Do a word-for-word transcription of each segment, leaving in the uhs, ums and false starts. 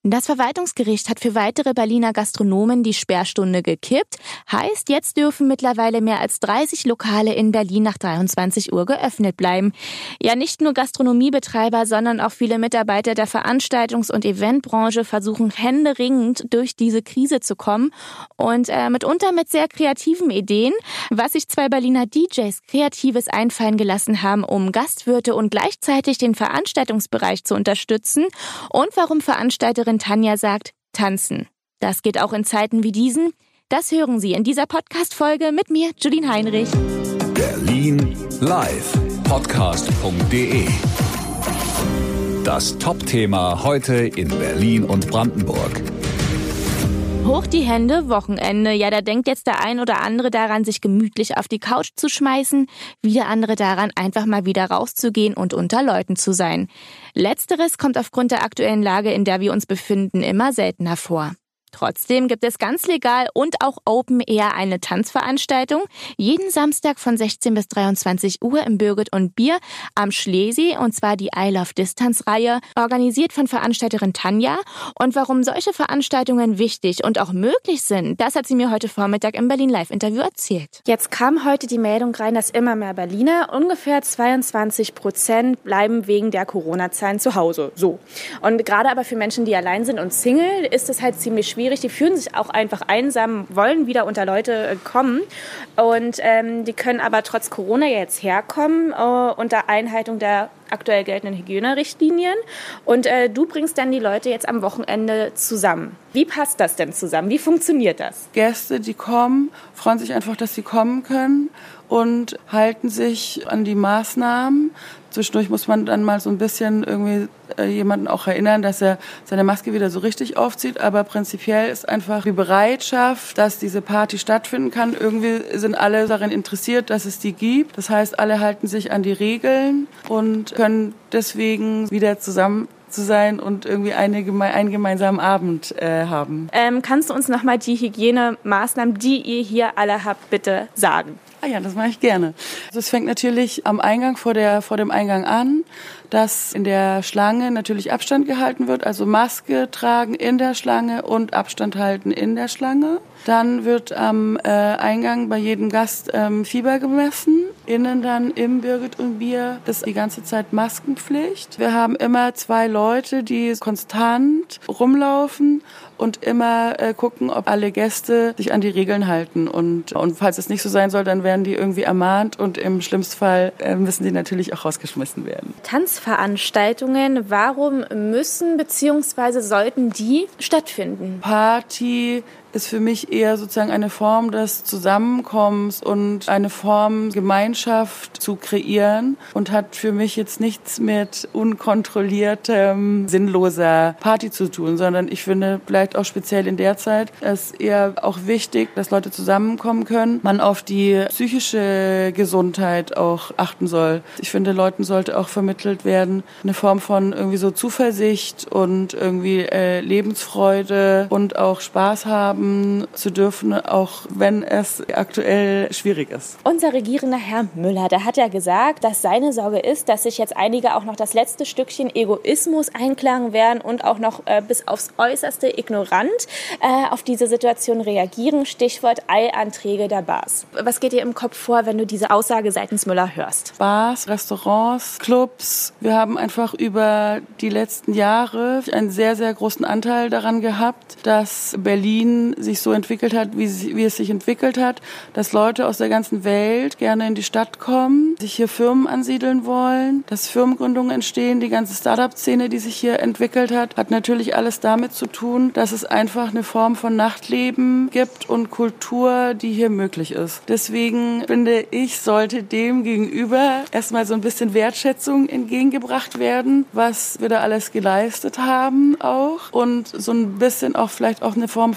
Das Verwaltungsgericht hat für weitere Berliner Gastronomen die Sperrstunde gekippt. Heißt, jetzt dürfen mittlerweile mehr als dreißig Lokale in Berlin nach dreiundzwanzig Uhr geöffnet bleiben. Ja, nicht nur Gastronomiebetreiber, sondern auch viele Mitarbeiter der Veranstaltungs- und Eventbranche versuchen händeringend durch diese Krise zu kommen. Und äh, mitunter mit sehr kreativen Ideen, was sich zwei Berliner D Js Kreatives einfallen gelassen haben, um Gastwirte und gleichzeitig den Veranstaltungsbereich zu unterstützen. Und warum Veranstalterin Tanja sagt, tanzen. Das geht auch in Zeiten wie diesen. Das hören Sie in dieser Podcast-Folge mit mir, Julien Heinrich. Berlin live, podcast punkt de. Das Top-Thema heute in Berlin und Brandenburg. Hoch die Hände, Wochenende. Ja, da denkt jetzt der ein oder andere daran, sich gemütlich auf die Couch zu schmeißen. Wieder andere daran, einfach mal wieder rauszugehen und unter Leuten zu sein. Letzteres kommt aufgrund der aktuellen Lage, in der wir uns befinden, immer seltener vor. Trotzdem gibt es ganz legal und auch Open Air eine Tanzveranstaltung. Jeden Samstag von sechzehn bis dreiundzwanzig Uhr im Birgit und Bier am Schlesee, und zwar die I Love Distance-Reihe, organisiert von Veranstalterin Tanja. Und warum solche Veranstaltungen wichtig und auch möglich sind, das hat sie mir heute Vormittag im Berlin Live-Interview erzählt. Jetzt kam heute die Meldung rein, dass immer mehr Berliner, ungefähr zweiundzwanzig Prozent, bleiben wegen der Corona-Zahlen zu Hause. So. Und gerade aber für Menschen, die allein sind und Single, ist es halt ziemlich schwierig. Die fühlen sich auch einfach einsam, wollen wieder unter Leute kommen. Und ähm, die können aber trotz Corona jetzt herkommen, äh, unter Einhaltung der aktuell geltenden Hygienerichtlinien. Und äh, du bringst dann die Leute jetzt am Wochenende zusammen. Wie passt das denn zusammen? Wie funktioniert das? Gäste, die kommen, freuen sich einfach, dass sie kommen können und halten sich an die Maßnahmen. Zwischendurch muss man dann mal so ein bisschen irgendwie äh, jemanden auch erinnern, dass er seine Maske wieder so richtig aufzieht. Aber prinzipiell ist einfach die Bereitschaft, dass diese Party stattfinden kann. Irgendwie sind alle daran interessiert, dass es die gibt. Das heißt, alle halten sich an die Regeln und können deswegen wieder zusammen zu sein und irgendwie eine, geme- einen gemeinsamen Abend äh, haben. Ähm, kannst du uns nochmal die Hygienemaßnahmen, die ihr hier alle habt, bitte sagen? Ah ja, das mache ich gerne. Also es fängt natürlich am Eingang, vor der, vor dem Eingang an, dass in der Schlange natürlich Abstand gehalten wird, also Maske tragen in der Schlange und Abstand halten in der Schlange. Dann wird am äh, Eingang bei jedem Gast ähm, Fieber gemessen. Innen dann im Birgit und Bier ist die ganze Zeit Maskenpflicht. Wir haben immer zwei Leute, die konstant rumlaufen und immer äh, gucken, ob alle Gäste sich an die Regeln halten. Und, und falls es nicht so sein soll, dann werden die irgendwie ermahnt und im schlimmsten Fall äh, müssen die natürlich auch rausgeschmissen werden. Tanzveranstaltungen, warum müssen bzw. sollten die stattfinden? Party ist für mich eher sozusagen eine Form des Zusammenkommens und eine Form, Gemeinschaft zu kreieren und hat für mich jetzt nichts mit unkontrolliertem, sinnloser Party zu tun, sondern ich finde vielleicht auch speziell in der Zeit ist eher auch wichtig, dass Leute zusammenkommen können, man auf die psychische Gesundheit auch achten soll. Ich finde, Leuten sollte auch vermittelt werden, eine Form von irgendwie so Zuversicht und irgendwie äh, Lebensfreude und auch Spaß haben zu dürfen, auch wenn es aktuell schwierig ist. Unser regierender Herr Müller, der hat ja gesagt, dass seine Sorge ist, dass sich jetzt einige auch noch das letzte Stückchen Egoismus einklagen werden und auch noch äh, bis aufs Äußerste ignorant äh, auf diese Situation reagieren. Stichwort Eilanträge der Bars. Was geht dir im Kopf vor, wenn du diese Aussage seitens Müller hörst? Bars, Restaurants, Clubs. Wir haben einfach über die letzten Jahre einen sehr, sehr großen Anteil daran gehabt, dass Berlin sich so entwickelt hat, wie, sie, wie es sich entwickelt hat, dass Leute aus der ganzen Welt gerne in die Stadt kommen, sich hier Firmen ansiedeln wollen, dass Firmengründungen entstehen, die ganze Start-up-Szene, die sich hier entwickelt hat, hat natürlich alles damit zu tun, dass es einfach eine Form von Nachtleben gibt und Kultur, die hier möglich ist. Deswegen finde ich, sollte dem gegenüber erstmal so ein bisschen Wertschätzung entgegengebracht werden, was wir da alles geleistet haben auch und so ein bisschen auch vielleicht auch eine Form von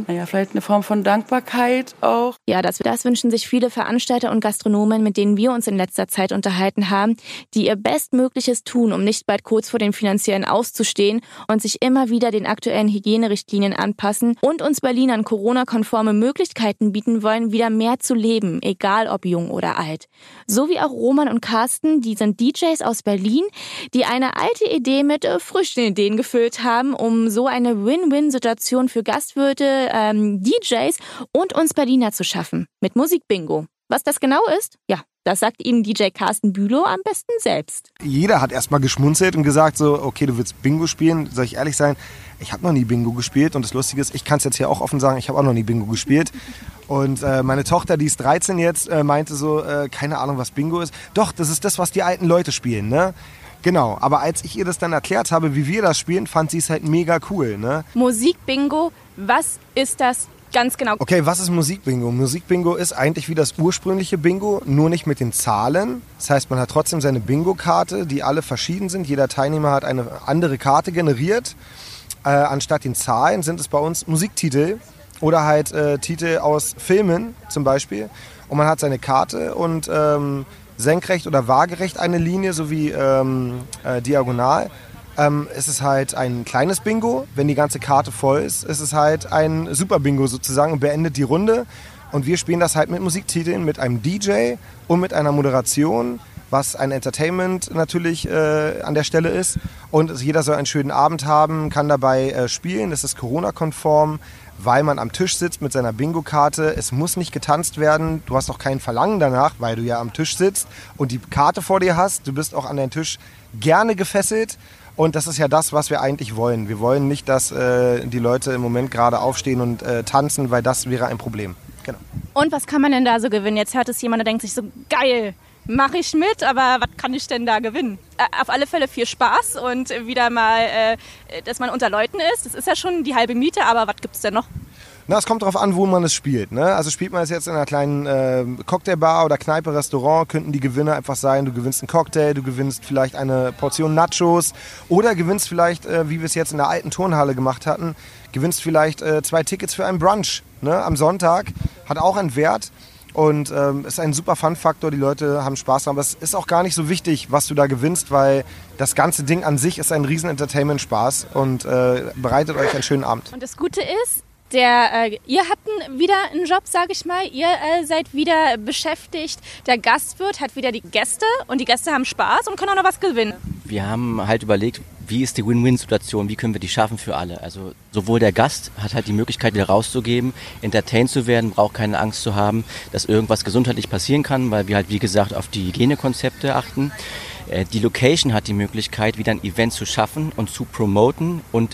von, naja, vielleicht eine Form von Dankbarkeit auch. Ja, das, das wünschen sich viele Veranstalter und Gastronomen, mit denen wir uns in letzter Zeit unterhalten haben, die ihr Bestmögliches tun, um nicht bald kurz vor dem finanziellen Auszustehen und sich immer wieder den aktuellen Hygienerichtlinien anpassen und uns Berlinern Corona-konforme Möglichkeiten bieten wollen, wieder mehr zu leben, egal ob jung oder alt. So wie auch Roman und Carsten, die sind D Js aus Berlin, die eine alte Idee mit äh, frischen Ideen gefüllt haben, um so eine Win-Win-Situation für Gastwirte, ähm, D Js und uns Berliner zu schaffen. Mit Musikbingo. Was das genau ist? Ja, das sagt Ihnen D J Carsten Bülow am besten selbst. Jeder hat erstmal geschmunzelt und gesagt so, okay, du willst Bingo spielen. Soll ich ehrlich sein? Ich habe noch nie Bingo gespielt und das Lustige ist, ich kann es jetzt hier auch offen sagen, ich habe auch noch nie Bingo gespielt. Und äh, meine Tochter, die ist dreizehn jetzt, äh, meinte so, äh, keine Ahnung, was Bingo ist. Doch, das ist das, was die alten Leute spielen, ne? Genau, aber als ich ihr das dann erklärt habe, wie wir das spielen, fand sie es halt mega cool, ne? Musikbingo, was ist das ganz genau? Okay, was ist Musikbingo? Musikbingo ist eigentlich wie das ursprüngliche Bingo, nur nicht mit den Zahlen. Das heißt, man hat trotzdem seine Bingo-Karte, die alle verschieden sind. Jeder Teilnehmer hat eine andere Karte generiert. Äh, anstatt den Zahlen sind es bei uns Musiktitel oder halt äh, Titel aus Filmen zum Beispiel. Und man hat seine Karte und ähm, senkrecht oder waagerecht eine Linie sowie ähm, äh, diagonal. Ähm, es ist halt ein kleines Bingo. Wenn die ganze Karte voll ist, ist es halt ein Super-Bingo sozusagen und beendet die Runde. Und wir spielen das halt mit Musiktiteln, mit einem D J und mit einer Moderation, was ein Entertainment natürlich äh, an der Stelle ist. Und jeder soll einen schönen Abend haben, kann dabei äh, spielen. Es ist Corona-konform, weil man am Tisch sitzt mit seiner Bingo-Karte. Es muss nicht getanzt werden. Du hast auch kein Verlangen danach, weil du ja am Tisch sitzt und die Karte vor dir hast. Du bist auch an deinen Tisch gerne gefesselt. Und das ist ja das, was wir eigentlich wollen. Wir wollen nicht, dass äh, die Leute im Moment gerade aufstehen und äh, tanzen, weil das wäre ein Problem. Genau. Und was kann man denn da so gewinnen? Jetzt hört es jemand, der denkt sich so, geil, mache ich mit, aber was kann ich denn da gewinnen? Äh, auf alle Fälle viel Spaß und wieder mal, äh, dass man unter Leuten ist. Das ist ja schon die halbe Miete, aber was gibt's denn noch? Na, es kommt darauf an, wo man es spielt. Ne? Also spielt man es jetzt in einer kleinen äh, Cocktailbar oder Kneipe, Restaurant, könnten die Gewinne einfach sein, du gewinnst einen Cocktail, du gewinnst vielleicht eine Portion Nachos oder gewinnst vielleicht, äh, wie wir es jetzt in der alten Turnhalle gemacht hatten, gewinnst vielleicht äh, zwei Tickets für einen Brunch, ne? Am Sonntag. Hat auch einen Wert und ähm, ist ein super Fun-Faktor, die Leute haben Spaß dran. Aber es ist auch gar nicht so wichtig, was du da gewinnst, weil das ganze Ding an sich ist ein riesen Entertainment-Spaß und äh, bereitet euch einen schönen Abend. Und das Gute ist, Der, äh, ihr habt ein, wieder einen Job, sage ich mal. Ihr äh, seid wieder beschäftigt. Der Gastwirt hat wieder die Gäste und die Gäste haben Spaß und können auch noch was gewinnen. Wir haben halt überlegt, wie ist die Win-Win-Situation, wie können wir die schaffen für alle. Also sowohl der Gast hat halt die Möglichkeit, wieder rauszugeben, entertained zu werden, braucht keine Angst zu haben, dass irgendwas gesundheitlich passieren kann, weil wir halt, wie gesagt, auf die Hygienekonzepte achten. Äh, die Location hat die Möglichkeit, wieder ein Event zu schaffen und zu promoten und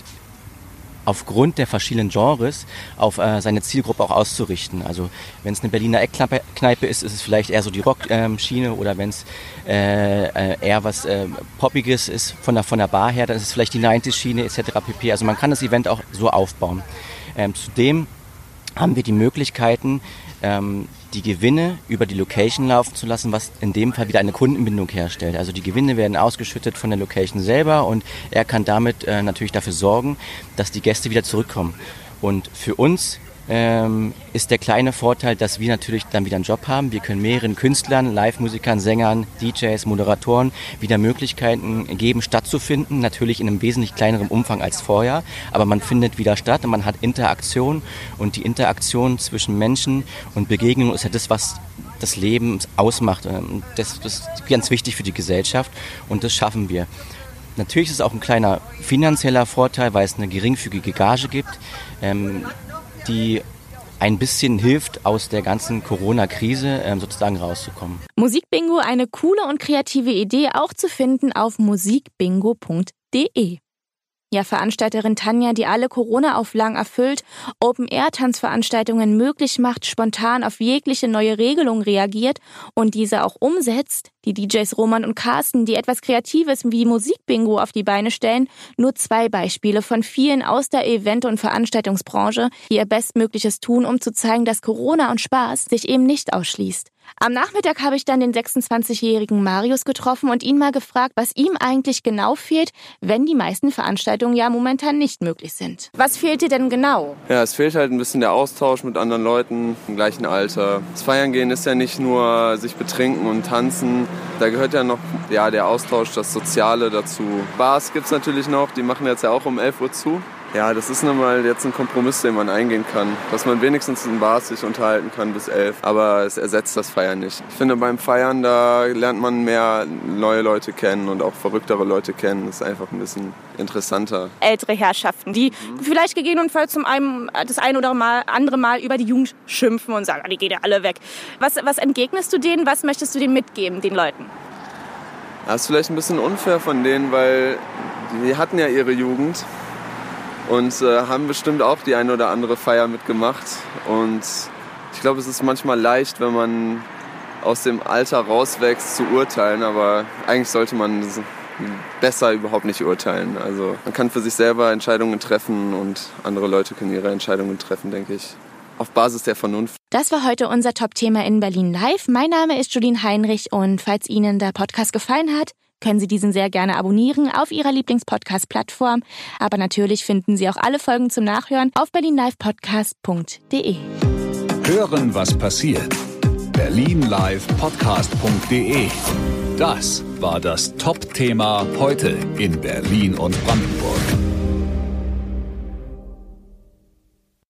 aufgrund der verschiedenen Genres auf äh, seine Zielgruppe auch auszurichten. Also wenn es eine Berliner Eckkneipe ist, ist es vielleicht eher so die Rock-Schiene ähm, oder wenn es äh, eher was äh, Poppiges ist von der, von der Bar her, dann ist es vielleicht die neunziger-Schiene et cetera pp. Also man kann das Event auch so aufbauen. Ähm, zudem haben wir die Möglichkeiten, ähm, die Gewinne über die Location laufen zu lassen, was in dem Fall wieder eine Kundenbindung herstellt. Also die Gewinne werden ausgeschüttet von der Location selber und er kann damit äh, natürlich dafür sorgen, dass die Gäste wieder zurückkommen. Und für uns ähm, ist der kleine Vorteil, dass wir natürlich dann wieder einen Job haben. Wir können mehreren Künstlern, Live-Musikern, Sängern, D Js, Moderatoren wieder Möglichkeiten geben, stattzufinden. Natürlich in einem wesentlich kleineren Umfang als vorher, aber man findet wieder statt und man hat Interaktion und die Interaktion zwischen Menschen und Begegnung ist ja das, was das Leben ausmacht. Das, das ist ganz wichtig für die Gesellschaft und das schaffen wir. Natürlich ist es auch ein kleiner finanzieller Vorteil, weil es eine geringfügige Gage gibt, ähm, die ein bisschen hilft, aus der ganzen Corona-Krise ähm, sozusagen rauszukommen. Musikbingo, eine coole und kreative Idee, auch zu finden auf musikbingo punkt de. Ja, Veranstalterin Tanja, die alle Corona-Auflagen erfüllt, Open-Air-Tanzveranstaltungen möglich macht, spontan auf jegliche neue Regelung reagiert und diese auch umsetzt. Die D Js Roman und Carsten, die etwas Kreatives wie Musikbingo auf die Beine stellen. Nur zwei Beispiele von vielen aus der Event- und Veranstaltungsbranche, die ihr Bestmögliches tun, um zu zeigen, dass Corona und Spaß sich eben nicht ausschließt. Am Nachmittag habe ich dann den sechsundzwanzigjährigen Marius getroffen und ihn mal gefragt, was ihm eigentlich genau fehlt, wenn die meisten Veranstaltungen ja momentan nicht möglich sind. Was fehlt dir denn genau? Ja, es fehlt halt ein bisschen der Austausch mit anderen Leuten im gleichen Alter. Das Feiern gehen ist ja nicht nur sich betrinken und tanzen. Da gehört ja noch ja, der Austausch, das Soziale dazu. Bars gibt's natürlich noch, die machen jetzt ja auch um elf Uhr zu. Ja, das ist nun mal jetzt ein Kompromiss, den man eingehen kann. Dass man wenigstens in Bars sich unterhalten kann bis elf. Aber es ersetzt das Feiern nicht. Ich finde, beim Feiern, da lernt man mehr neue Leute kennen und auch verrücktere Leute kennen. Das ist einfach ein bisschen interessanter. Ältere Herrschaften, die mhm. vielleicht gegebenenfalls zum einen, das ein oder mal, andere Mal über die Jugend schimpfen und sagen, die gehen ja alle weg. Was, was entgegnest du denen? Was möchtest du denen mitgeben, den Leuten? Das ist vielleicht ein bisschen unfair von denen, weil die hatten ja ihre Jugend. Und äh, haben bestimmt auch die eine oder andere Feier mitgemacht. Und ich glaube, es ist manchmal leicht, wenn man aus dem Alter rauswächst, zu urteilen. Aber eigentlich sollte man besser überhaupt nicht urteilen. Also man kann für sich selber Entscheidungen treffen und andere Leute können ihre Entscheidungen treffen, denke ich. Auf Basis der Vernunft. Das war heute unser Top-Thema in Berlin Live. Mein Name ist Julien Heinrich und falls Ihnen der Podcast gefallen hat, können Sie diesen sehr gerne abonnieren auf Ihrer Lieblingspodcast-Plattform. Aber natürlich finden Sie auch alle Folgen zum Nachhören auf berlin live podcast punkt de. Hören, was passiert. berlin live podcast punkt de. Das war das Top-Thema heute in Berlin und Brandenburg.